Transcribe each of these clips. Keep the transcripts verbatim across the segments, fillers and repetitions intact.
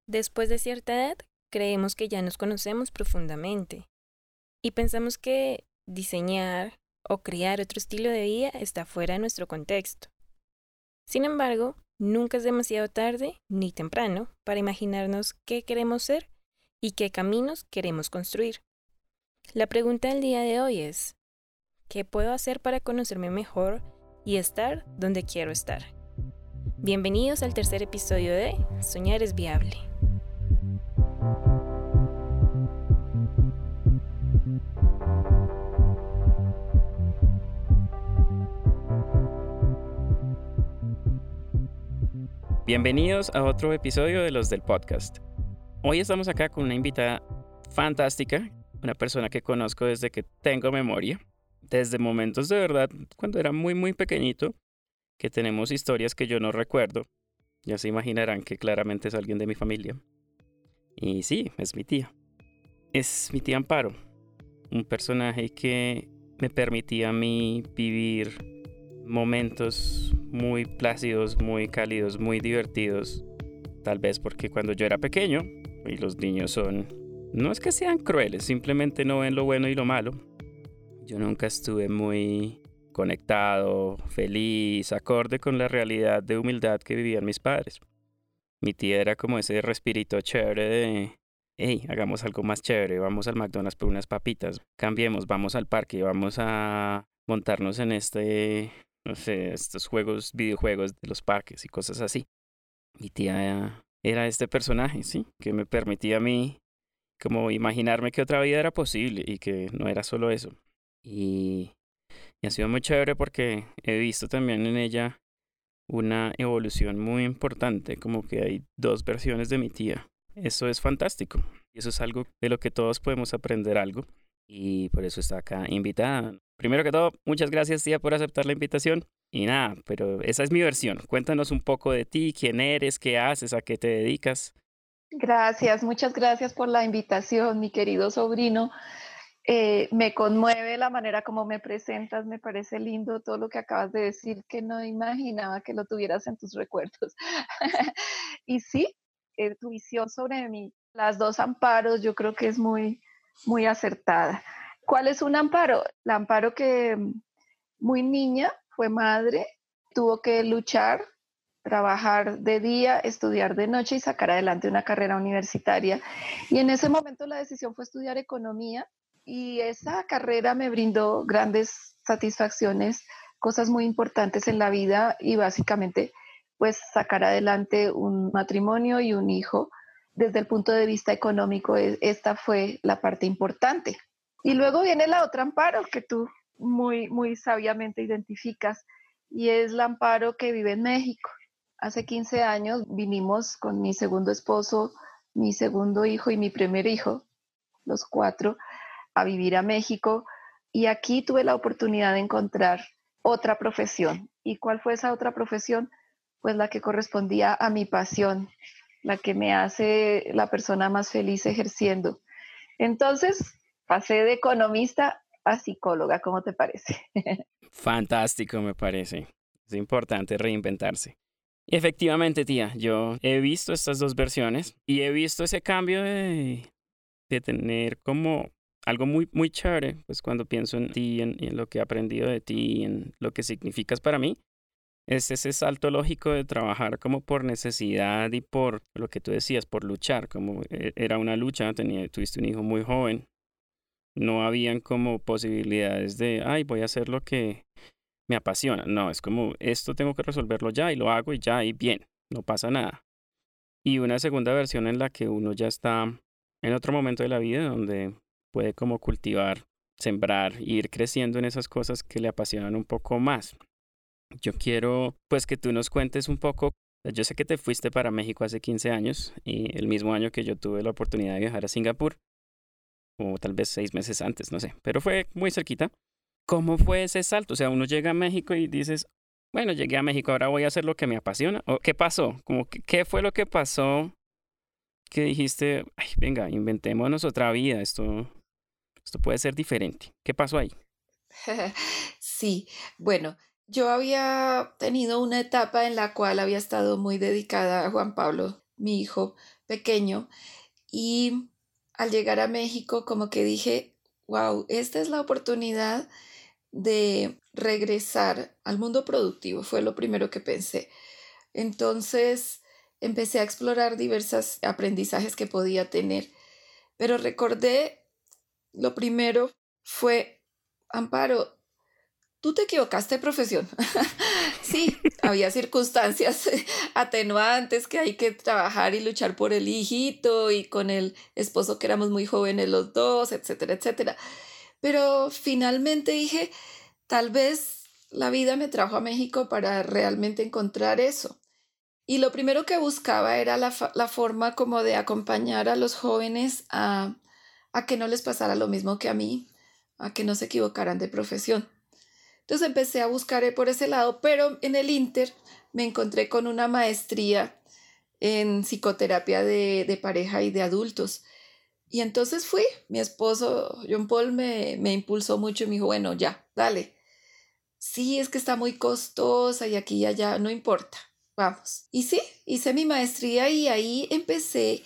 Después de cierta edad, creemos que ya nos conocemos profundamente y pensamos que diseñar o crear otro estilo de vida está fuera de nuestro contexto. Sin embargo, nunca es demasiado tarde ni temprano para imaginarnos qué queremos ser y qué caminos queremos construir. La pregunta del día de hoy es, ¿qué puedo hacer para conocerme mejor y estar donde quiero estar? Bienvenidos al tercer episodio de Soñar es viable. Bienvenidos a otro episodio de los del podcast. Hoy estamos acá con una invitada fantástica, una persona que conozco desde que tengo memoria, desde momentos de verdad cuando era muy muy pequeñito, que tenemos historias que yo no recuerdo. Ya se imaginarán que claramente es alguien de mi familia. Y sí, es mi tía. Es mi tía Amparo, un personaje que me permitía a mí vivir momentos muy plácidos, muy cálidos, muy divertidos. Tal vez porque cuando yo era pequeño, y los niños son, no es que sean crueles, simplemente no ven lo bueno y lo malo. Yo nunca estuve muy conectado, feliz, acorde con la realidad de humildad que vivían mis padres. Mi tía era como ese respirito chévere de, hey, hagamos algo más chévere, vamos al McDonald's por unas papitas, cambiemos, vamos al parque, vamos a montarnos en este, no sé, estos juegos, videojuegos de los parques y cosas así. Mi tía era este personaje, ¿sí? Que me permitía a mí como imaginarme que otra vida era posible y que no era solo eso. Y, y ha sido muy chévere porque he visto también en ella una evolución muy importante, como que hay dos versiones de mi tía. Eso es fantástico. Y eso es algo de lo que todos podemos aprender algo. Y por eso está acá invitada. Primero que todo, muchas gracias, tía, por aceptar la invitación. Y nada, pero esa es mi versión. Cuéntanos un poco de ti, quién eres, qué haces, a qué te dedicas. Gracias, muchas gracias por la invitación, mi querido sobrino. Eh, me conmueve la manera como me presentas, me parece lindo todo lo que acabas de decir, que no imaginaba que lo tuvieras en tus recuerdos. Y sí, eh, tu visión sobre mí, las dos amparos, yo creo que es muy, muy acertada. ¿Cuál es un amparo? La amparo que mm, muy niña fue madre, tuvo que luchar, trabajar de día, estudiar de noche y sacar adelante una carrera universitaria. Y en ese momento la decisión fue estudiar economía y esa carrera me brindó grandes satisfacciones, cosas muy importantes en la vida y básicamente pues sacar adelante un matrimonio y un hijo. Desde el punto de vista económico, esta fue la parte importante. Y luego viene la otra amparo que tú muy, muy sabiamente identificas y es la amparo que vive en México. Hace quince años vinimos con mi segundo esposo, mi segundo hijo y mi primer hijo, los cuatro, a vivir a México y aquí tuve la oportunidad de encontrar otra profesión. ¿Y cuál fue esa otra profesión? Pues la que correspondía a mi pasión, la que me hace la persona más feliz ejerciendo. Entonces, pasé de economista a psicóloga, ¿cómo te parece? Fantástico, me parece. Es importante reinventarse. Y efectivamente, tía, yo he visto estas dos versiones y he visto ese cambio de, de tener como algo muy, muy chévere, pues cuando pienso en ti, en, en lo que he aprendido de ti, en lo que significas para mí, es ese salto lógico de trabajar como por necesidad y por lo que tú decías, por luchar, como e- era una lucha, tenía, tuviste un hijo muy joven, no habían como posibilidades de, ay, voy a hacer lo que me apasiona, no, es como, esto tengo que resolverlo ya y lo hago y ya y bien, no pasa nada. Y una segunda versión en la que uno ya está en otro momento de la vida donde puede como cultivar, sembrar, e ir creciendo en esas cosas que le apasionan un poco más. Yo quiero pues que tú nos cuentes un poco. Yo sé que te fuiste para México hace quince años y el mismo año que yo tuve la oportunidad de viajar a Singapur, o tal vez seis meses antes, no sé, pero fue muy cerquita. ¿Cómo fue ese salto? O sea, uno llega a México y dices, bueno, llegué a México, ahora voy a hacer lo que me apasiona. ¿O qué pasó? Como que, ¿qué fue lo que pasó que dijiste, ay, venga, inventémonos otra vida, esto, esto puede ser diferente? ¿Qué pasó ahí? Sí, bueno, yo había tenido una etapa en la cual había estado muy dedicada a Juan Pablo mi hijo pequeño. Y al llegar a México, como que dije, wow, esta es la oportunidad de regresar al mundo productivo, fue lo primero que pensé. Entonces empecé a explorar diversos aprendizajes que podía tener, pero recordé, lo primero fue, Amparo, tú te equivocaste de profesión. Sí, había circunstancias atenuantes que hay que trabajar y luchar por el hijito y con el esposo que éramos muy jóvenes los dos, etcétera, etcétera. Pero finalmente dije, tal vez la vida me trajo a México para realmente encontrar eso. Y lo primero que buscaba era la, fa- la forma como de acompañar a los jóvenes a, a que no les pasara lo mismo que a mí, a que no se equivocaran de profesión. Entonces empecé a buscar eh, por ese lado, pero en el Inter me encontré con una maestría en psicoterapia de, de pareja y de adultos. Y entonces fui, mi esposo John Paul me, me impulsó mucho y me dijo, bueno, ya, dale. Sí, es que está muy costosa y aquí y allá, no importa, vamos. Y sí, hice mi maestría y ahí empecé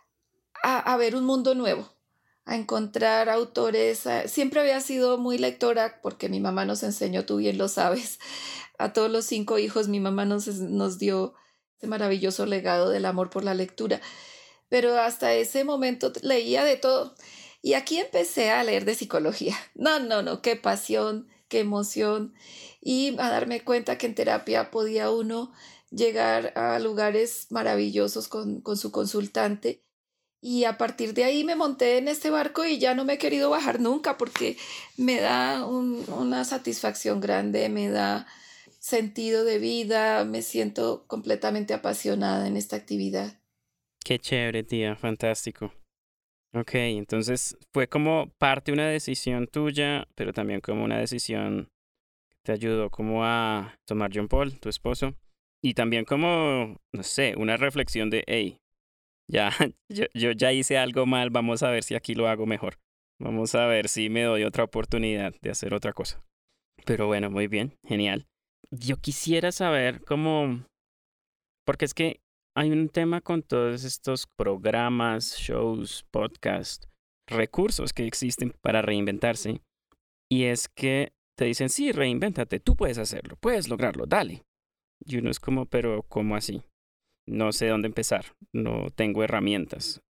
a, a ver un mundo nuevo, a encontrar autores. a- Siempre había sido muy lectora porque mi mamá nos enseñó, tú bien lo sabes, a todos los cinco hijos mi mamá nos, nos dio ese maravilloso legado del amor por la lectura. Pero hasta ese momento leía de todo. Y aquí empecé a leer de psicología. No, no, no, qué pasión, qué emoción. Y a darme cuenta que en terapia podía uno llegar a lugares maravillosos con, con su consultante. Y a partir de ahí me monté en este barco y ya no me he querido bajar nunca porque me da un- una satisfacción grande, me da sentido de vida, me siento completamente apasionada en esta actividad. Qué chévere, tía, fantástico. Ok, entonces fue como parte de una decisión tuya, pero también como una decisión que te ayudó como a tomar John Paul, tu esposo, y también como, no sé, una reflexión de, hey, ya, yo, yo ya hice algo mal, vamos a ver si aquí lo hago mejor. Vamos a ver si me doy otra oportunidad de hacer otra cosa. Pero bueno, muy bien, genial. Yo quisiera saber cómo, porque es que hay un tema con todos estos programas, shows, podcasts, recursos que existen para reinventarse. Y es que te dicen, sí, reinvéntate, tú puedes hacerlo, puedes lograrlo, dale. Y uno es como, pero ¿cómo así? No sé dónde empezar, no tengo herramientas.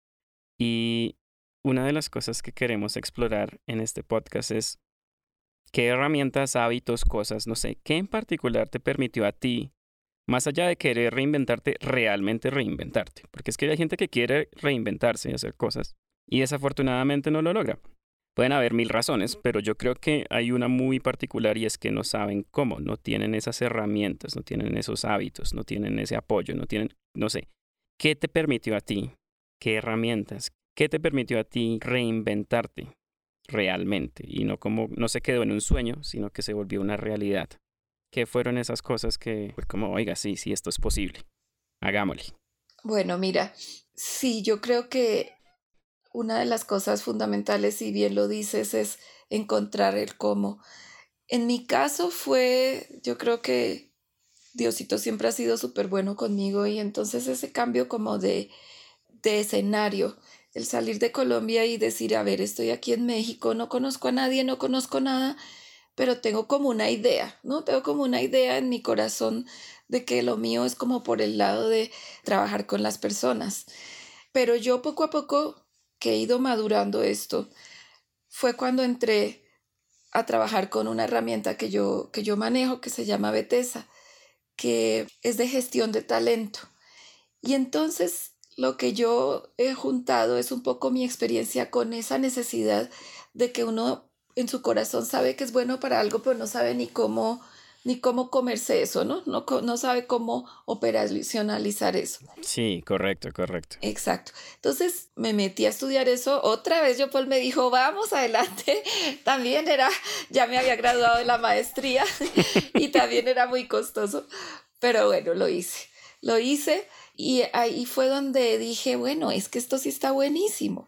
Y una de las cosas que queremos explorar en este podcast es qué herramientas, hábitos, cosas, no sé, qué en particular te permitió a ti, más allá de querer reinventarte, realmente reinventarte. Porque es que hay gente que quiere reinventarse y hacer cosas y desafortunadamente no lo logra. Pueden haber mil razones, pero yo creo que hay una muy particular y es que no saben cómo, no tienen esas herramientas, no tienen esos hábitos, no tienen ese apoyo, no tienen, no sé, ¿qué te permitió a ti? ¿Qué herramientas? ¿Qué te permitió a ti reinventarte realmente? Y no como, no se quedó en un sueño, sino que se volvió una realidad. ¿Qué fueron esas cosas que fue como, oiga, sí, sí, esto es posible, hagámosle? Bueno, mira, sí, yo creo que una de las cosas fundamentales, si bien lo dices, es encontrar el cómo. En mi caso fue, yo creo que Diosito siempre ha sido súper bueno conmigo y entonces ese cambio como de, de escenario, el salir de Colombia y decir, a ver, estoy aquí en México, no conozco a nadie, no conozco nada, pero tengo como una idea, ¿no? Tengo como una idea en mi corazón de que lo mío es como por el lado de trabajar con las personas. Pero yo poco a poco que he ido madurando esto, fue cuando entré a trabajar con una herramienta que yo, que yo manejo que se llama Betesa, que es de gestión de talento. Y entonces lo que yo he juntado es un poco mi experiencia con esa necesidad de que uno en su corazón sabe que es bueno para algo, pero no sabe ni cómo ni cómo comerse eso, ¿no? No, co- no sabe cómo operacionalizar eso. Sí, correcto, correcto. Exacto. Entonces me metí a estudiar eso. Otra vez Paul me dijo, vamos adelante. También era, ya me había graduado de la maestría y también era muy costoso. Pero bueno, lo hice. Lo hice y ahí fue donde dije, bueno, es que esto sí está buenísimo.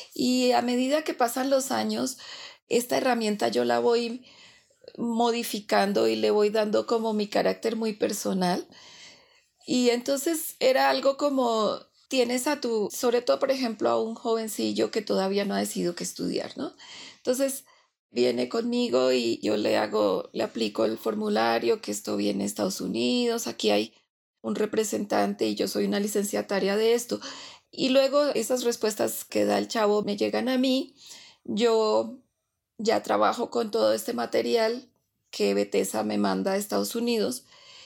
Y a medida que pasan los años, esta herramienta yo la voy modificando y le voy dando como mi carácter muy personal. Y entonces era algo como tienes a tu, sobre todo, por ejemplo, a un jovencillo que todavía no ha decidido qué estudiar, ¿no? Entonces, viene conmigo y yo le hago, le aplico el formulario, que esto viene de Estados Unidos, aquí hay un representante y yo soy una licenciataria de esto. Y luego esas respuestas que da el chavo me llegan a mí. Yo ya trabajo con todo este material que Bethesda me manda a Estados Unidos.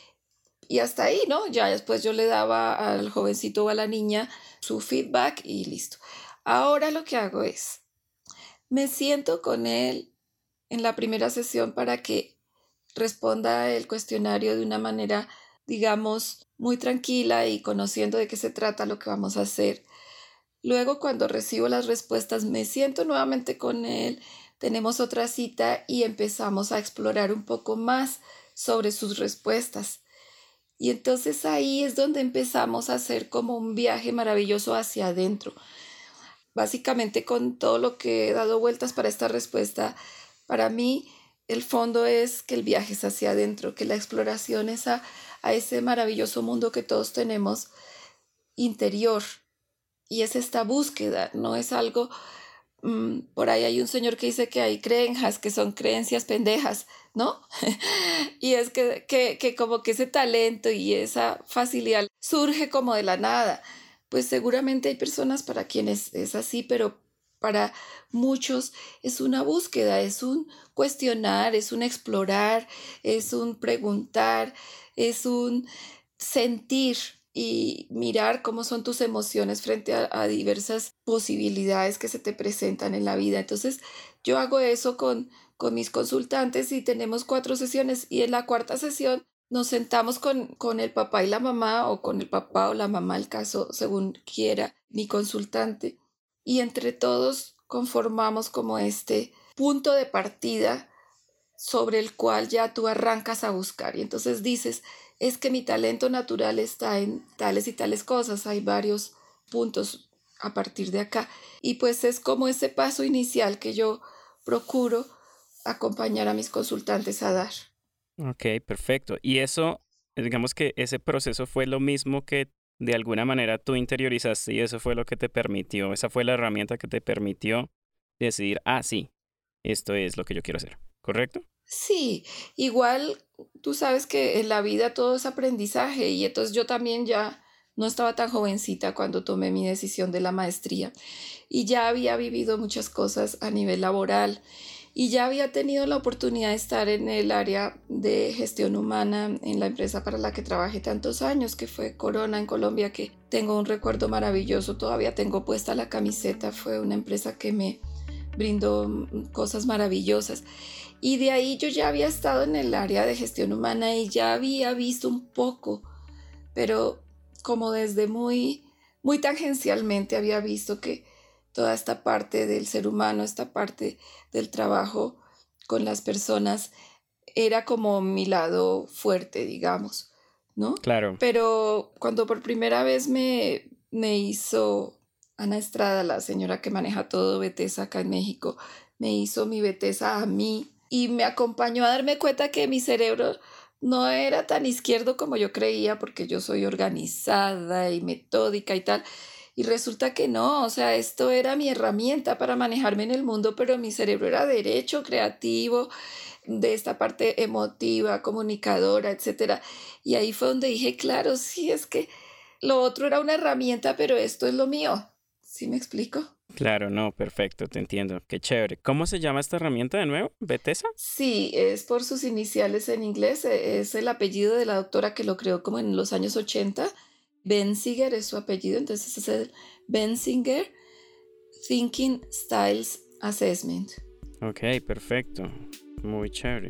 Y hasta ahí, ¿no? Ya después yo le daba al jovencito o a la niña su feedback y listo. Ahora lo que hago es, me siento con él en la primera sesión para que responda el cuestionario de una manera, digamos, muy tranquila y conociendo de qué se trata lo que vamos a hacer. Luego, cuando recibo las respuestas, me siento nuevamente con él, tenemos otra cita y empezamos a explorar un poco más sobre sus respuestas. Y entonces ahí es donde empezamos a hacer como un viaje maravilloso hacia adentro. Básicamente, con todo lo que he dado vueltas para esta respuesta, para mí el fondo es que el viaje es hacia adentro, que la exploración es a, a ese maravilloso mundo que todos tenemos interior. Y es esta búsqueda, no es algo... mmm, por ahí hay un señor que dice que hay creencias que son creencias pendejas, ¿no? Y es que, que, que como que ese talento y esa facilidad surge como de la nada. Pues seguramente hay personas para quienes es así, pero para muchos es una búsqueda, es un cuestionar, es un explorar, es un preguntar, es un sentir y mirar cómo son tus emociones frente a, a diversas posibilidades que se te presentan en la vida. Entonces yo hago eso con, con mis consultantes y tenemos cuatro sesiones y en la cuarta sesión nos sentamos con, con el papá y la mamá o con el papá o la mamá, el caso según quiera mi consultante, y entre todos conformamos como este punto de partida sobre el cual ya tú arrancas a buscar y entonces dices, es que mi talento natural está en tales y tales cosas, hay varios puntos a partir de acá y pues es como ese paso inicial que yo procuro acompañar a mis consultantes a dar. Ok, perfecto. Y eso, digamos que ese proceso fue lo mismo que de alguna manera tú interiorizaste y eso fue lo que te permitió, esa fue la herramienta que te permitió decidir, ah, sí, esto es lo que yo quiero hacer, ¿correcto? Sí, igual tú sabes que en la vida todo es aprendizaje y entonces yo también ya no estaba tan jovencita cuando tomé mi decisión de la maestría y ya había vivido muchas cosas a nivel laboral y ya había tenido la oportunidad de estar en el área de gestión humana en la empresa para la que trabajé tantos años, que fue Corona en Colombia, que tengo un recuerdo maravilloso, todavía tengo puesta la camiseta, fue una empresa que me brindó cosas maravillosas. Y de ahí yo ya había estado en el área de gestión humana y ya había visto un poco, pero como desde muy, muy tangencialmente había visto que toda esta parte del ser humano, esta parte del trabajo con las personas, era como mi lado fuerte, digamos, ¿no? Claro. Pero cuando por primera vez me, me hizo Ana Estrada, la señora que maneja todo Bethesda acá en México, me hizo mi Bethesda a mí y me acompañó a darme cuenta que mi cerebro no era tan izquierdo como yo creía, porque yo soy organizada y metódica y tal. Y resulta que no, o sea, esto era mi herramienta para manejarme en el mundo, pero mi cerebro era derecho, creativo, de esta parte emotiva, comunicadora, etcétera. Y ahí fue donde dije, claro, sí, es que lo otro era una herramienta, pero esto es lo mío. ¿Sí me explico? Claro, no, perfecto, te entiendo. Qué chévere. ¿Cómo se llama esta herramienta de nuevo? ¿Bethesda? Sí, es por sus iniciales en inglés, es el apellido de la doctora que lo creó como en los años ochenta. Benziger es su apellido, entonces es el Benziger Thinking Styles Assessment. Ok, perfecto. Muy chévere.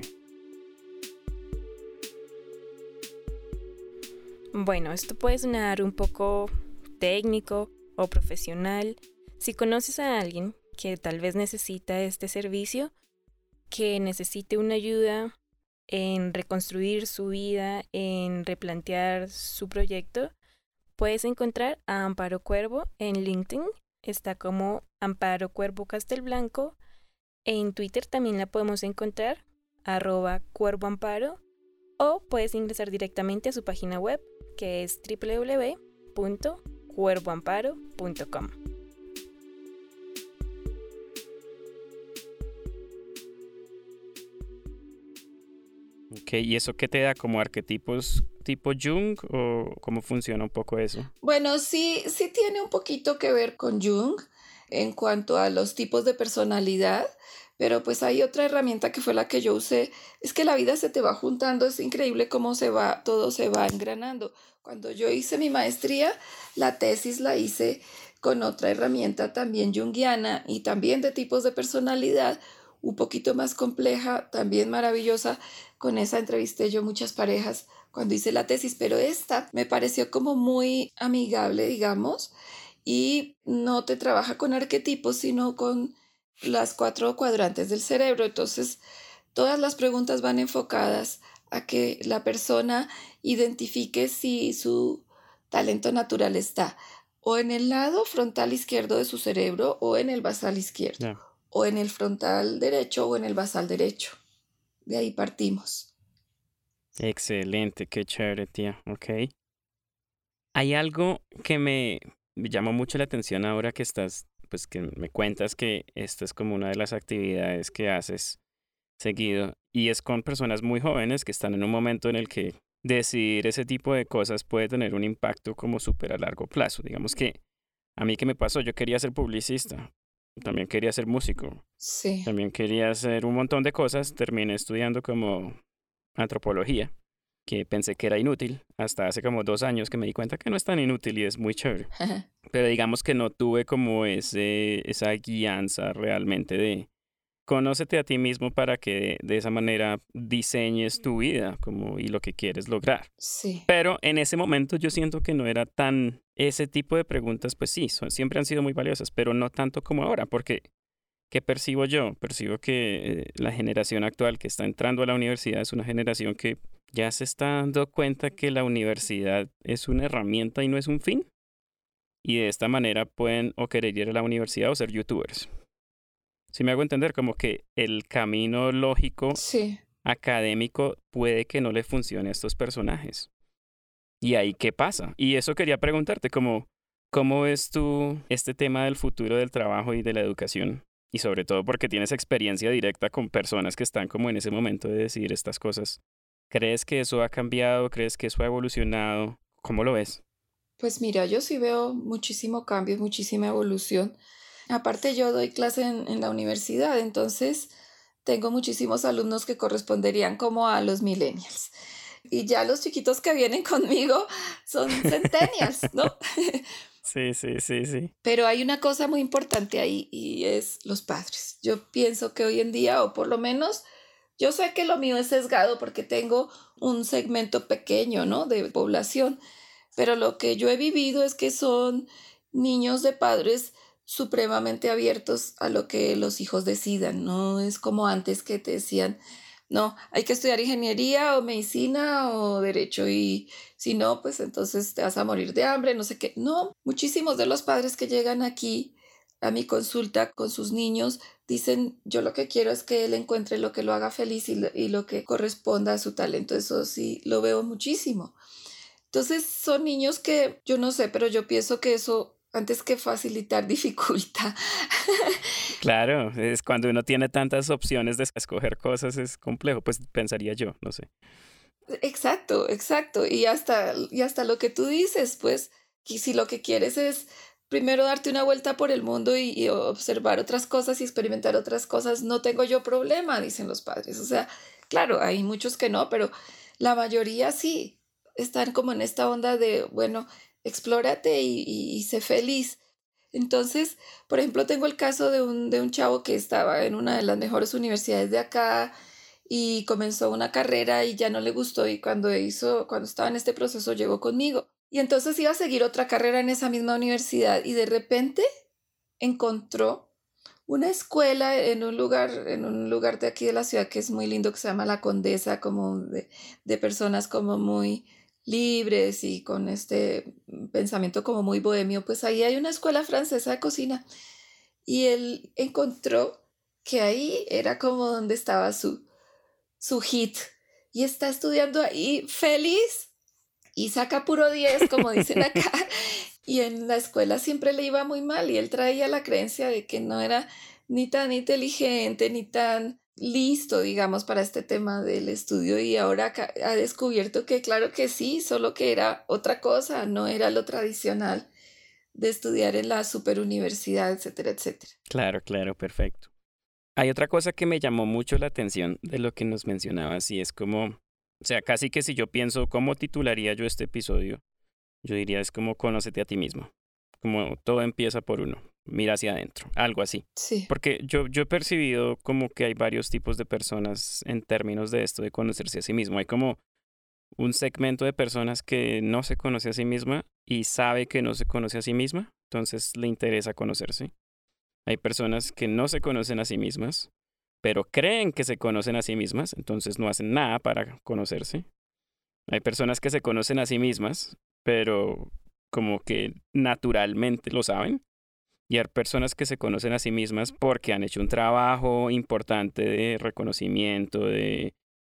Bueno, esto puede sonar un poco técnico o profesional. Si conoces a alguien que tal vez necesita este servicio, que necesite una ayuda en reconstruir su vida, en replantear su proyecto, puedes encontrar a Amparo Cuervo en LinkedIn. Está como Amparo Cuervo Castelblanco. En Twitter también la podemos encontrar, arroba Cuervo Amparo. O puedes ingresar directamente a su página web, que es doble u doble u doble u punto cuervoamparo punto com. Ok, ¿y eso qué te da? ¿Como arquetipos tipo Jung o cómo funciona un poco eso? Bueno, sí, sí tiene un poquito que ver con Jung en cuanto a los tipos de personalidad, pero pues hay otra herramienta que fue la que yo usé. Es que la vida se te va juntando, es increíble cómo se va, todo se va engranando. Cuando yo hice mi maestría, la tesis la hice con otra herramienta también junguiana y también de tipos de personalidad, un poquito más compleja, también maravillosa. Con esa entrevisté yo muchas parejas cuando hice la tesis, pero esta me pareció como muy amigable, digamos, y no te trabaja con arquetipos, sino con las cuatro cuadrantes del cerebro. Entonces, todas las preguntas van enfocadas a que la persona identifique si su talento natural está o en el lado frontal izquierdo de su cerebro o en el basal izquierdo, Ya. o en el frontal derecho o en el basal derecho. De ahí partimos. Excelente, qué chévere, tía. Ok. Hay algo que me, me llamó mucho la atención ahora que estás, pues que me cuentas que esta es como una de las actividades que haces seguido y es con personas muy jóvenes que están en un momento en el que decidir ese tipo de cosas puede tener un impacto como súper a largo plazo. Digamos que a mí, ¿qué me pasó? Yo quería ser publicista, también quería ser músico, Sí. también quería hacer un montón de cosas. Terminé estudiando como antropología, que pensé que era inútil, hasta hace como dos años que me di cuenta que no es tan inútil y es muy chévere. Pero digamos que no tuve como ese, esa guianza realmente de conócete a ti mismo para que de esa manera diseñes tu vida como, y lo que quieres lograr. Sí. Pero en ese momento yo siento que no era tan... Ese tipo de preguntas, pues sí, son, siempre han sido muy valiosas, pero no tanto como ahora, porque ¿qué percibo yo? Percibo que eh, la generación actual que está entrando a la universidad es una generación que ya se está dando cuenta que la universidad es una herramienta y no es un fin. Y de esta manera pueden o querer ir a la universidad o ser youtubers. Si me hago entender, como que el camino lógico Sí. académico puede que no le funcione a estos personajes. ¿Y ahí qué pasa? Y eso quería preguntarte, como, ¿cómo ves tú este tema del futuro del trabajo y de la educación? Y sobre todo porque tienes experiencia directa con personas que están como en ese momento de decidir estas cosas. ¿Crees que eso ha cambiado? ¿Crees que eso ha evolucionado? ¿Cómo lo ves? Pues mira, yo sí veo muchísimo cambio, muchísima evolución. Aparte yo doy clase en, en la universidad, entonces tengo muchísimos alumnos que corresponderían como a los millennials. Y ya los chiquitos que vienen conmigo son centennials, ¿no? Sí, sí, sí, sí. Pero hay una cosa muy importante ahí y es los padres. Yo pienso que hoy en día, o por lo menos, yo sé que lo mío es sesgado porque tengo un segmento pequeño, ¿no? De población, pero lo que yo he vivido es que son niños de padres supremamente abiertos a lo que los hijos decidan. No es como antes que te decían, no, hay que estudiar ingeniería o medicina o derecho y si no, pues entonces te vas a morir de hambre, no sé qué. No, muchísimos de los padres que llegan aquí a mi consulta con sus niños dicen, yo lo que quiero es que él encuentre lo que lo haga feliz y lo, y lo que corresponda a su talento. Eso sí, lo veo muchísimo. Entonces son niños que yo no sé, pero yo pienso que eso antes que facilitar dificulta. Claro, es cuando uno tiene tantas opciones de escoger cosas es complejo, pues pensaría yo, no sé. Exacto, exacto. Y hasta, y hasta lo que tú dices, pues, que si lo que quieres es primero darte una vuelta por el mundo y, y observar otras cosas y experimentar otras cosas, no tengo yo problema, dicen los padres. O sea, claro, hay muchos que no, pero la mayoría sí están como en esta onda de, bueno, explórate y, y, y sé feliz. Entonces, por ejemplo, tengo el caso de un, de un chavo que estaba en una de las mejores universidades de acá y comenzó una carrera y ya no le gustó y cuando hizo, cuando estaba en este proceso llegó conmigo. Y entonces iba a seguir otra carrera en esa misma universidad y de repente encontró una escuela en un lugar, en un lugar de aquí de la ciudad que es muy lindo, que se llama La Condesa, como de, de personas como muy libres y con este pensamiento como muy bohemio. Pues ahí hay una escuela francesa de cocina y él encontró que ahí era como donde estaba su, su hit y está estudiando ahí feliz y saca puro diez, como dicen acá. y en la escuela siempre le iba muy mal y él traía la creencia de que no era ni tan inteligente ni tan listo, digamos, para este tema del estudio, y ahora ha descubierto que claro que sí, solo que era otra cosa, no era lo tradicional de estudiar en la superuniversidad, etcétera, etcétera. Claro, claro, perfecto. Hay otra cosa que me llamó mucho la atención de lo que nos mencionabas y es como, o sea, casi que si yo pienso cómo titularía yo este episodio, yo diría es como conócete a ti mismo, como todo empieza por uno, mira hacia adentro, algo así. Sí. Porque yo, yo he percibido como que hay varios tipos de personas en términos de esto de conocerse a sí mismo. Hay como un segmento de personas que no se conoce a sí misma y sabe que no se conoce a sí misma, entonces le interesa conocerse. Hay personas que no se conocen a sí mismas, pero creen que se conocen a sí mismas, entonces no hacen nada para conocerse. Hay personas que se conocen a sí mismas, pero como que naturalmente lo saben. Y hay personas que se conocen a sí mismas porque han hecho un trabajo importante de reconocimiento, de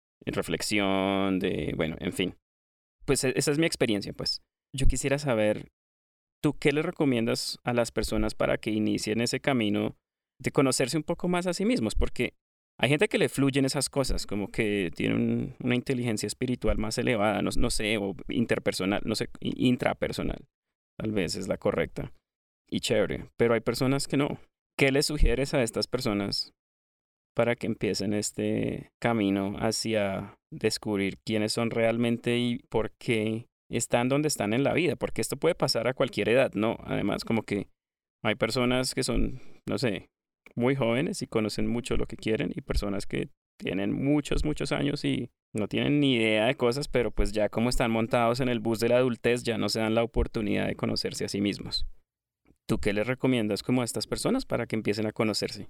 reflexión, de, bueno, en fin. Pues esa es mi experiencia, pues. Yo quisiera saber, ¿tú qué le recomiendas a las personas para que inicien ese camino de conocerse un poco más a sí mismos? Porque hay gente que le fluyen esas cosas, como que tiene un, una inteligencia espiritual más elevada, no, no sé, o interpersonal, no sé, intrapersonal, tal vez es la correcta. Y chévere, pero hay personas que no. ¿Qué les sugieres a estas personas para que empiecen este camino hacia descubrir quiénes son realmente y por qué están donde están en la vida? Porque esto puede pasar a cualquier edad, ¿no? Además, como que hay personas que son, no sé, muy jóvenes y conocen mucho lo que quieren y personas que tienen muchos, muchos años y no tienen ni idea de cosas, pero pues ya como están montados en el bus de la adultez, ya no se dan la oportunidad de conocerse a sí mismos. ¿Tú qué les recomiendas como a estas personas para que empiecen a conocerse?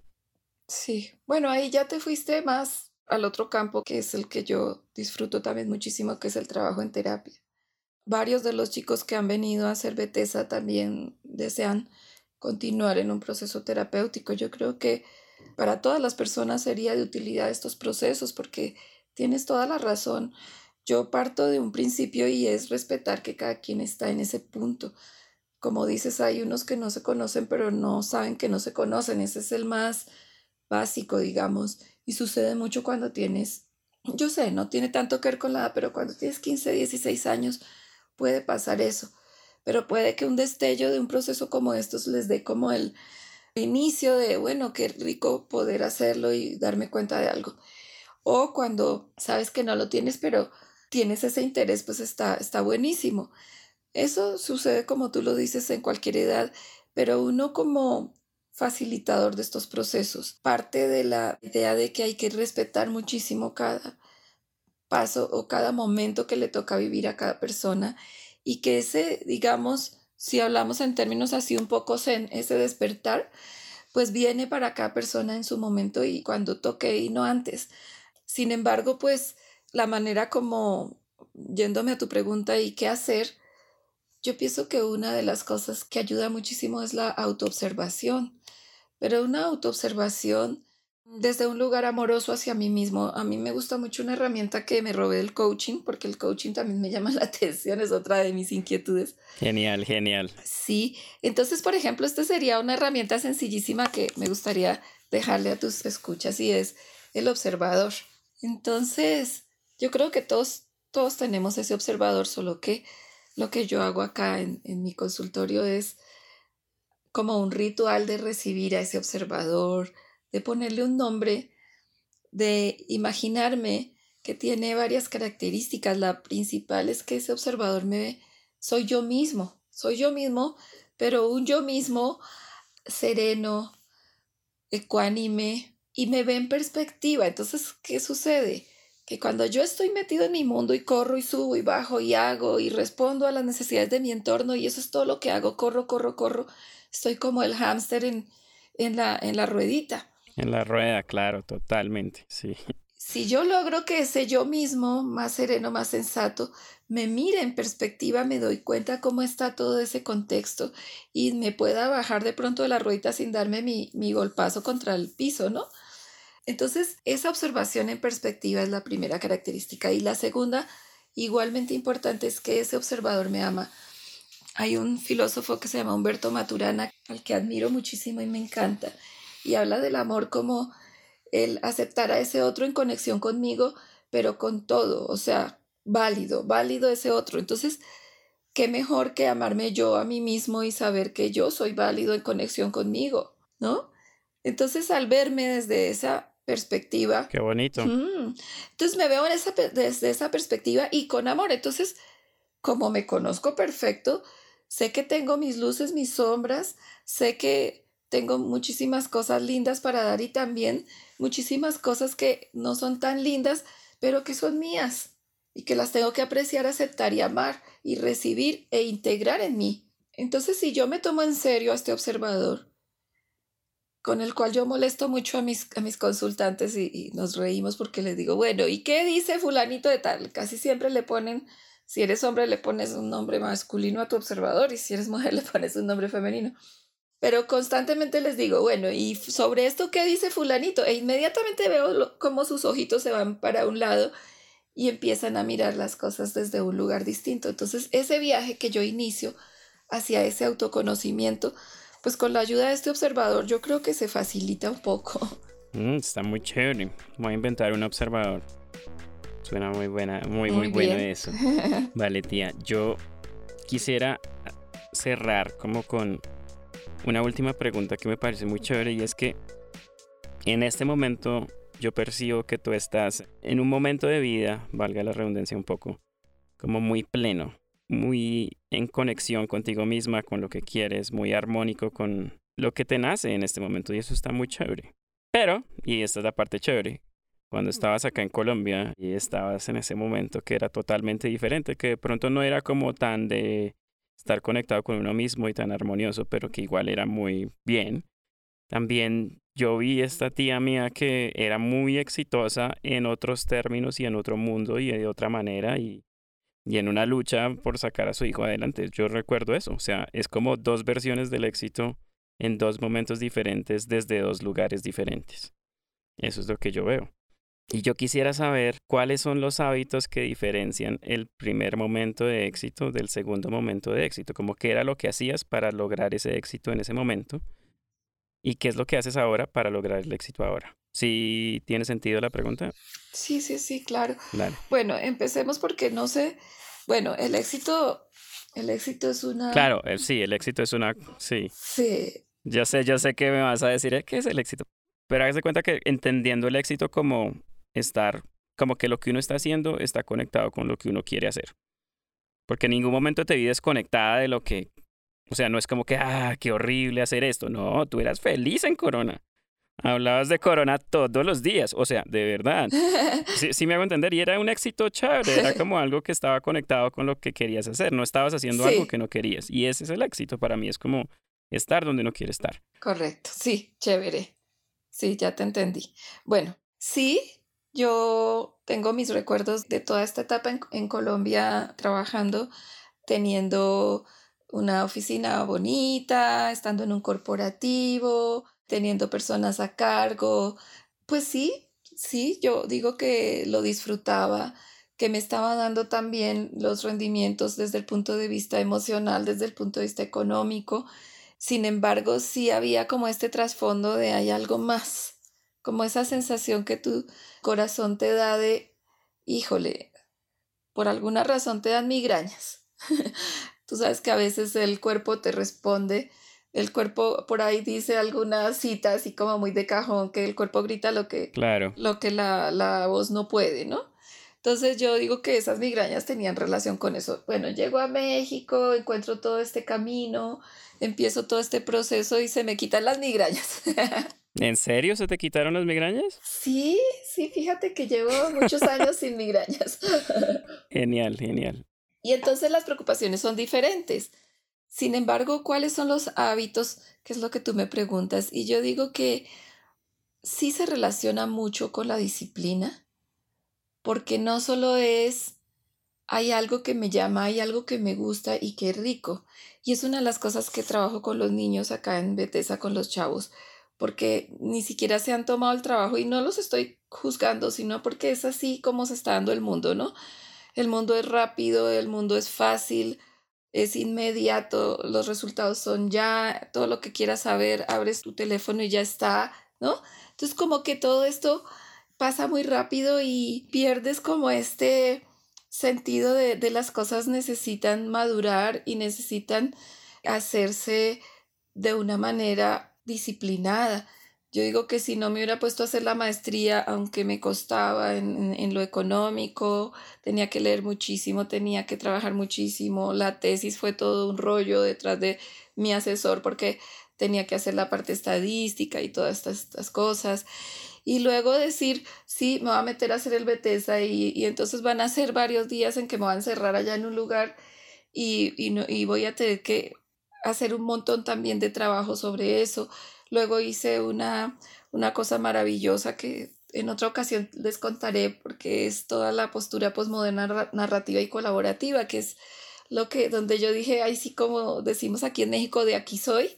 Sí, bueno, ahí ya te fuiste más al otro campo, que es el que yo disfruto también muchísimo, que es el trabajo en terapia. Varios de los chicos que han venido a hacer Bethesda también desean continuar en un proceso terapéutico. Yo creo que para todas las personas sería de utilidad estos procesos, porque tienes toda la razón. Yo parto de un principio y es respetar que cada quien está en ese punto. Como dices, hay unos que no se conocen, pero no saben que no se conocen. Ese es el más básico, digamos, y sucede mucho cuando tienes, yo sé, no tiene tanto que ver con la edad, pero cuando tienes quince, dieciséis años puede pasar eso, pero puede que un destello de un proceso como estos les dé como el inicio de, bueno, qué rico poder hacerlo y darme cuenta de algo. O cuando sabes que no lo tienes, pero tienes ese interés, pues está, está buenísimo. Eso sucede, como tú lo dices, en cualquier edad, pero uno como facilitador de estos procesos parte de la idea de que hay que respetar muchísimo cada paso o cada momento que le toca vivir a cada persona, y que ese, digamos, si hablamos en términos así un poco zen, ese despertar, pues viene para cada persona en su momento y cuando toque y no antes. Sin embargo, pues la manera como, yéndome a tu pregunta y qué hacer, yo pienso que una de las cosas que ayuda muchísimo es la autoobservación, pero una autoobservación desde un lugar amoroso hacia mí mismo. A mí me gusta mucho una herramienta que me robé del coaching, porque el coaching también me llama la atención, es otra de mis inquietudes. Genial, genial. Sí, entonces, por ejemplo, esta sería una herramienta sencillísima que me gustaría dejarle a tus escuchas, y es el observador. Entonces, yo creo que todos, todos tenemos ese observador, solo que lo que yo hago acá en, en mi consultorio es como un ritual de recibir a ese observador, de ponerle un nombre, de imaginarme que tiene varias características. La principal es que ese observador me ve, soy yo mismo, soy yo mismo, pero un yo mismo sereno, ecuánime, y me ve en perspectiva. Entonces, ¿qué sucede? Que cuando yo estoy metido en mi mundo y corro y subo y bajo y hago y respondo a las necesidades de mi entorno, y eso es todo lo que hago, corro, corro, corro, estoy como el hámster en, en, la, en la ruedita. En la rueda, claro, totalmente, sí. Si yo logro que ese yo mismo, más sereno, más sensato, me mire en perspectiva, me doy cuenta cómo está todo ese contexto y me pueda bajar de pronto de la ruedita sin darme mi, mi golpazo contra el piso, ¿no? Entonces, esa observación en perspectiva es la primera característica. Y la segunda, igualmente importante, es que ese observador me ama. hay un filósofo que se llama Humberto Maturana, al que admiro muchísimo y me encanta, y habla del amor como el aceptar a ese otro en conexión conmigo, pero con todo, o sea, válido, válido ese otro. Entonces, qué mejor que amarme yo a mí mismo y saber que yo soy válido en conexión conmigo, ¿no? Entonces, al verme desde esa perspectiva, Qué bonito. mm, entonces me veo en esa, pe- desde esa perspectiva y con amor. Entonces, como me conozco perfecto, sé que tengo mis luces, mis sombras, sé que tengo muchísimas cosas lindas para dar y también muchísimas cosas que no son tan lindas, pero que son mías y que las tengo que apreciar, aceptar y amar y recibir e integrar en mí. Entonces, si yo me tomo en serio a este observador, con el cual yo molesto mucho a mis, a mis consultantes y, y nos reímos porque les digo, bueno, ¿y qué dice fulanito de tal? Casi siempre le ponen, si eres hombre le pones un nombre masculino a tu observador y si eres mujer le pones un nombre femenino. Pero constantemente les digo, bueno, ¿y sobre esto qué dice fulanito? E inmediatamente veo lo, cómo sus ojitos se van para un lado y empiezan a mirar las cosas desde un lugar distinto. Entonces, ese viaje que yo inicio hacia ese autoconocimiento, pues con la ayuda de este observador yo creo que se facilita un poco. Mm, está muy chévere. Voy a inventar un observador. Suena muy buena, muy, muy, Muy bueno bien. eso. Vale, tía, yo quisiera cerrar como con una última pregunta que me parece muy chévere y es que en este momento yo percibo que tú estás en un momento de vida, valga la redundancia un poco, como muy pleno, muy en conexión contigo misma, con lo que quieres, muy armónico con lo que te nace en este momento y eso está muy chévere. Pero, y esta es la parte chévere, cuando estabas acá en Colombia y estabas en ese momento que era totalmente diferente, que de pronto no era como tan de estar conectado con uno mismo y tan armonioso, pero que igual era muy bien. También yo vi esta tía mía que era muy exitosa en otros términos y en otro mundo y de otra manera y, y en una lucha por sacar a su hijo adelante. Yo recuerdo eso, o sea, es como dos versiones del éxito en dos momentos diferentes desde dos lugares diferentes. Eso es lo que yo veo. Y yo quisiera saber cuáles son los hábitos que diferencian el primer momento de éxito del segundo momento de éxito, como qué era lo que hacías para lograr ese éxito en ese momento y qué es lo que haces ahora para lograr el éxito ahora. ¿Sí tiene sentido la pregunta? Sí, sí, sí, claro. Dale. Bueno, empecemos porque no sé, bueno, el éxito, el éxito es una, Claro, eh, sí, el éxito es una... Sí, sí, yo sé, yo sé que me vas a decir, ¿eh? ¿Qué es el éxito? Pero hágase cuenta que entendiendo el éxito como estar, como que lo que uno está haciendo está conectado con lo que uno quiere hacer. Porque en ningún momento te vi desconectada de lo que, o sea, no es como que, ah, qué horrible hacer esto. No, tú eras feliz en Corona. Hablabas de Corona todos los días, o sea, de verdad. Sí, sí me hago entender, y era un éxito chévere, era como algo que estaba conectado con lo que querías hacer, no estabas haciendo algo que sí, no querías. Y ese es el éxito para mí, es como estar donde uno quiere estar. correcto, sí, chévere, sí, ya te entendí. Bueno, sí, yo tengo mis recuerdos de toda esta etapa en, en Colombia trabajando, teniendo una oficina bonita, estando en un corporativo, teniendo personas a cargo. Pues sí, sí, yo digo que lo disfrutaba, que me estaba dando también los rendimientos desde el punto de vista emocional, desde el punto de vista económico. Sin embargo, sí había como este trasfondo de hay algo más, como esa sensación que tu corazón te da de, híjole, por alguna razón te dan migrañas. Tú sabes que a veces el cuerpo te responde, el cuerpo por ahí dice alguna cita así como muy de cajón, que el cuerpo grita lo que, Claro. lo que la, la voz no puede, ¿no? Entonces yo digo que esas migrañas tenían relación con eso. Bueno, llego a México, encuentro todo este camino, empiezo todo este proceso y se me quitan las migrañas. ¿En serio se te quitaron las migrañas? Sí, sí, fíjate que llevo muchos años sin migrañas. Genial, genial. Y entonces las preocupaciones son diferentes. Sin embargo, ¿cuáles son los hábitos? Que es lo que tú me preguntas. Y yo digo que sí se relaciona mucho con la disciplina, porque no solo es, hay algo que me llama, hay algo que me gusta y qué rico. Y es una de las cosas que trabajo con los niños acá en Bethesda, con los chavos, porque ni siquiera se han tomado el trabajo y no los estoy juzgando, sino porque es así como se está dando el mundo, ¿no? El mundo es rápido, el mundo es fácil, es inmediato, los resultados son ya, todo lo que quieras saber, abres tu teléfono y ya está, ¿no? Entonces como que todo esto pasa muy rápido y pierdes como este sentido de, de las cosas necesitan madurar y necesitan hacerse de una manera disciplinada. Yo digo que si no me hubiera puesto a hacer la maestría, aunque me costaba en, en, en lo económico, tenía que leer muchísimo, tenía que trabajar muchísimo, la tesis fue todo un rollo detrás de mi asesor porque tenía que hacer la parte estadística y todas estas, estas cosas. Y luego decir, sí, me voy a meter a hacer el Bethesda y, y entonces van a ser varios días en que me voy a encerrar allá en un lugar y, y, no, y voy a tener que hacer un montón también de trabajo sobre eso. Luego hice una, una cosa maravillosa que en otra ocasión les contaré porque es toda la postura posmoderna narrativa y colaborativa, que es lo que, donde yo dije, ay, sí, como decimos aquí en México, de aquí soy.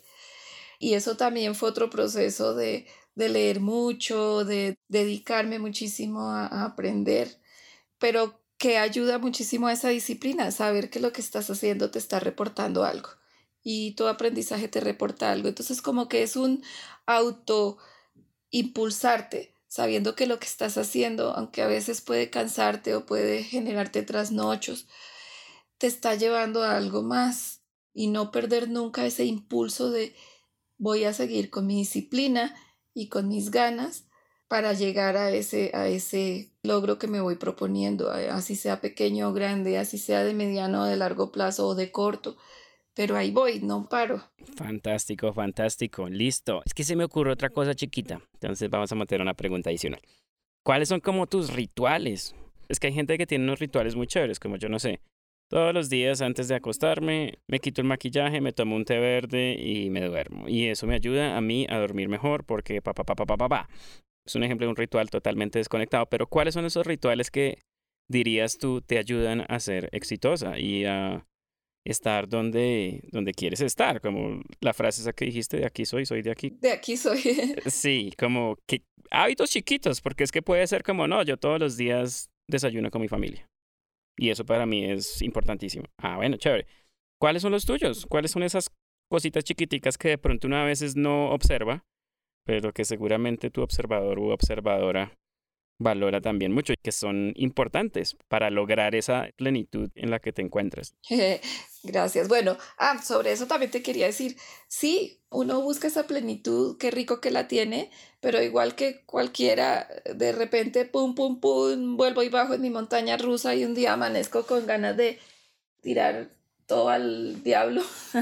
Y eso también fue otro proceso de, de leer mucho, de dedicarme muchísimo a, a aprender, pero que ayuda muchísimo a esa disciplina, saber que lo que estás haciendo te está reportando algo y tu aprendizaje te reporta algo. Entonces como que es un auto impulsarte, sabiendo que lo que estás haciendo, aunque a veces puede cansarte o puede generarte trasnochos, te está llevando a algo más y no perder nunca ese impulso de voy a seguir con mi disciplina y con mis ganas para llegar a ese, a ese logro que me voy proponiendo, así sea pequeño o grande, así sea de mediano o de largo plazo o de corto. Pero ahí voy, no paro. Fantástico, fantástico. Listo. Es que se me ocurre otra cosa chiquita. Entonces vamos a meter una pregunta adicional. ¿Cuáles son como tus rituales? Es que hay gente que tiene unos rituales muy chéveres, como yo no sé. Todos los días antes de acostarme, me quito el maquillaje, me tomo un té verde y me duermo. Y eso me ayuda a mí a dormir mejor porque pa, pa, pa, pa, pa, pa, pa. Es un ejemplo de un ritual totalmente desconectado. Pero ¿cuáles son esos rituales que dirías tú te ayudan a ser exitosa y a estar donde, donde quieres estar? Como la frase esa que dijiste, de aquí soy, soy de aquí. De aquí soy. Sí, como que hábitos chiquitos, porque es que puede ser como, no, yo todos los días desayuno con mi familia. Y eso para mí es importantísimo. Ah, bueno, chévere. ¿Cuáles son los tuyos? ¿Cuáles son esas cositas chiquiticas que de pronto una a veces no observa, pero que seguramente tu observador u observadora valora también mucho y que son importantes para lograr esa plenitud en la que te encuentras? Gracias. Bueno, ah, sobre eso también te quería decir, sí, uno busca esa plenitud, qué rico que la tiene, pero igual que cualquiera, de repente, pum, pum, pum, vuelvo y bajo en mi montaña rusa y un día amanezco con ganas de tirar todo al diablo.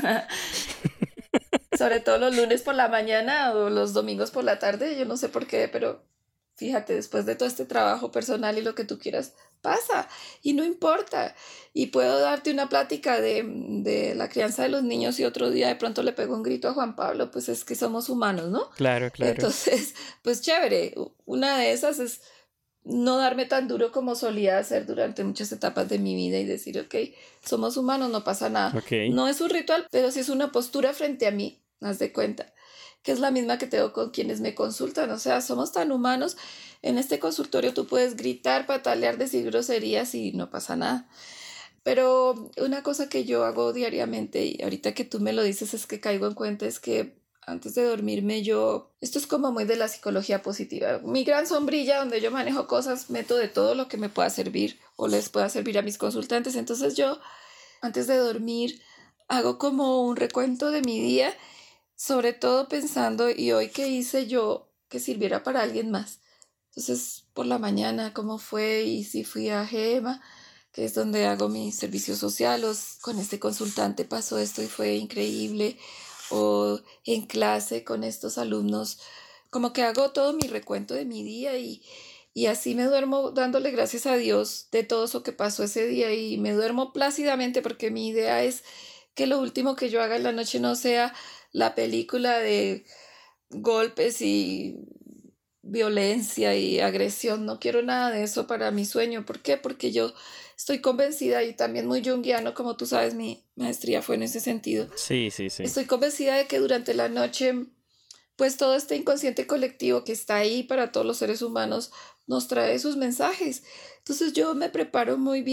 Sobre todo los lunes por la mañana o los domingos por la tarde, yo no sé por qué, pero fíjate, después de todo este trabajo personal y lo que tú quieras, pasa y no importa. Y puedo darte una plática de, de la crianza de los niños y otro día de pronto le pego un grito a Juan Pablo, pues es que somos humanos, ¿no? Claro, claro. Entonces, pues chévere. Una de esas es no darme tan duro como solía hacer durante muchas etapas de mi vida y decir, ok, somos humanos, no pasa nada. Okay. No es un ritual, pero sí es una postura frente a mí, haz de cuenta, que es la misma que tengo con quienes me consultan. O sea, somos tan humanos. En este consultorio tú puedes gritar, patalear, decir groserías y no pasa nada. Pero una cosa que yo hago diariamente, y ahorita que tú me lo dices es que caigo en cuenta, es que antes de dormirme yo, esto es como muy de la psicología positiva, mi gran sombrilla donde yo manejo cosas, meto de todo lo que me pueda servir o les pueda servir a mis consultantes. Entonces yo, antes de dormir, hago como un recuento de mi día, sobre todo pensando, ¿y hoy qué hice yo que sirviera para alguien más? Entonces, por la mañana, ¿cómo fue? Y si fui a GEMA, que es donde hago mi servicio social, o con este consultante pasó esto y fue increíble, o en clase con estos alumnos, como que hago todo mi recuento de mi día y, y así me duermo dándole gracias a Dios de todo eso que pasó ese día y me duermo plácidamente porque mi idea es que lo último que yo haga en la noche no sea la película de golpes y violencia y agresión. No quiero nada de eso para mi sueño. ¿Por qué? Porque yo estoy convencida y también muy junguiano, como tú sabes, mi maestría fue en ese sentido. Sí, sí, sí. Estoy convencida de que durante la noche, pues todo este inconsciente colectivo que está ahí para todos los seres humanos nos trae sus mensajes. Entonces yo me preparo muy bien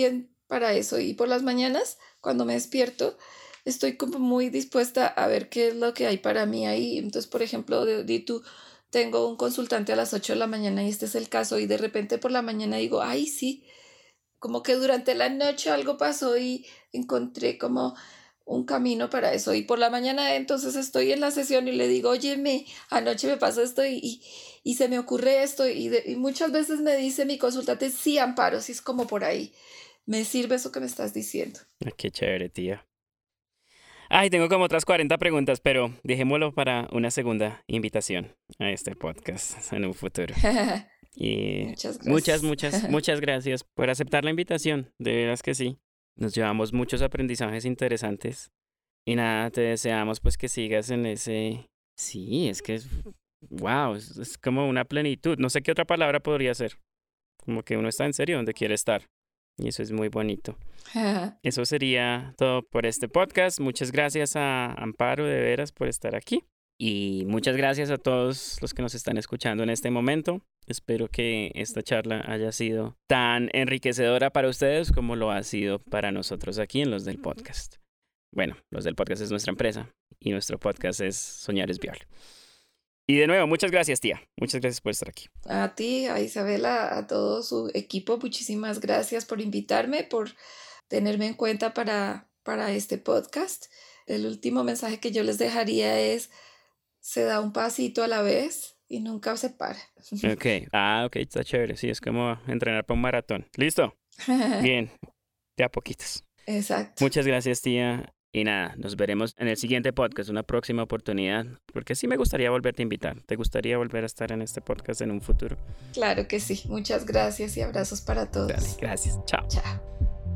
para eso. Y por las mañanas, cuando me despierto, estoy como muy dispuesta a ver qué es lo que hay para mí ahí. Entonces, por ejemplo, de, de tú, tengo un consultante a las ocho de la mañana y este es el caso. Y de repente por la mañana digo, ay, sí, como que durante la noche algo pasó y encontré como un camino para eso. Y por la mañana entonces estoy en la sesión y le digo, óyeme, anoche me pasó esto y, y, y se me ocurre esto. Y, de, y muchas veces me dice mi consultante, sí, Amparo, sí es como por ahí. Me sirve eso que me estás diciendo. Qué chévere, tía. Ay, tengo como otras cuarenta preguntas, pero dejémoslo para una segunda invitación a este podcast en un futuro. Y muchas gracias. muchas, muchas, muchas gracias por aceptar la invitación. De veras que sí. Nos llevamos muchos aprendizajes interesantes. Y nada, te deseamos pues que sigas en ese... Sí, es que es... Wow, es, es como una plenitud. No sé qué otra palabra podría ser. Como que uno está en serio donde quiere estar. Y eso es muy bonito. Eso sería todo por este podcast. Muchas gracias a Amparo de veras por estar aquí. Y muchas gracias a todos los que nos están escuchando en este momento. Espero que esta charla haya sido tan enriquecedora para ustedes como lo ha sido para nosotros aquí en Los del Podcast. Bueno, Los del Podcast es nuestra empresa y nuestro podcast es Soñar es Viable. Y de nuevo, muchas gracias, tía. Muchas gracias por estar aquí. A ti, a Isabela, a todo su equipo, muchísimas gracias por invitarme, por tenerme en cuenta para, para este podcast. El último mensaje que yo les dejaría es, se da un pasito a la vez y nunca se para. Ok, ah, ok, está chévere. Sí, es como entrenar para un maratón. ¿Listo? Bien, de a poquitos. Exacto. Muchas gracias, tía. Y nada, nos veremos en el siguiente podcast, una próxima oportunidad, porque sí me gustaría volverte a invitar. ¿Te gustaría volver a estar en este podcast en un futuro? Claro que sí. Muchas gracias y abrazos para todos. Dale, gracias. Chao. Chao.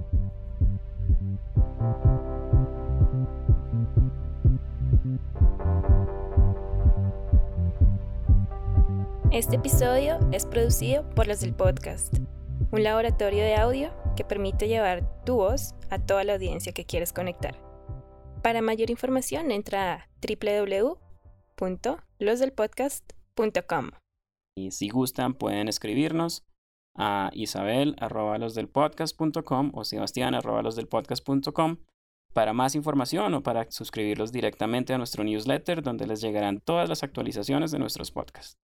Este episodio es producido por Los del Podcast, un laboratorio de audio que permite llevar tu voz a toda la audiencia que quieres conectar. Para mayor información, entra a doble u doble u doble u punto los del podcast punto com. Y si gustan, pueden escribirnos a isabel arroba los del podcast punto com o sebastián arroba los del podcast punto com para más información o para suscribirlos directamente a nuestro newsletter donde les llegarán todas las actualizaciones de nuestros podcasts.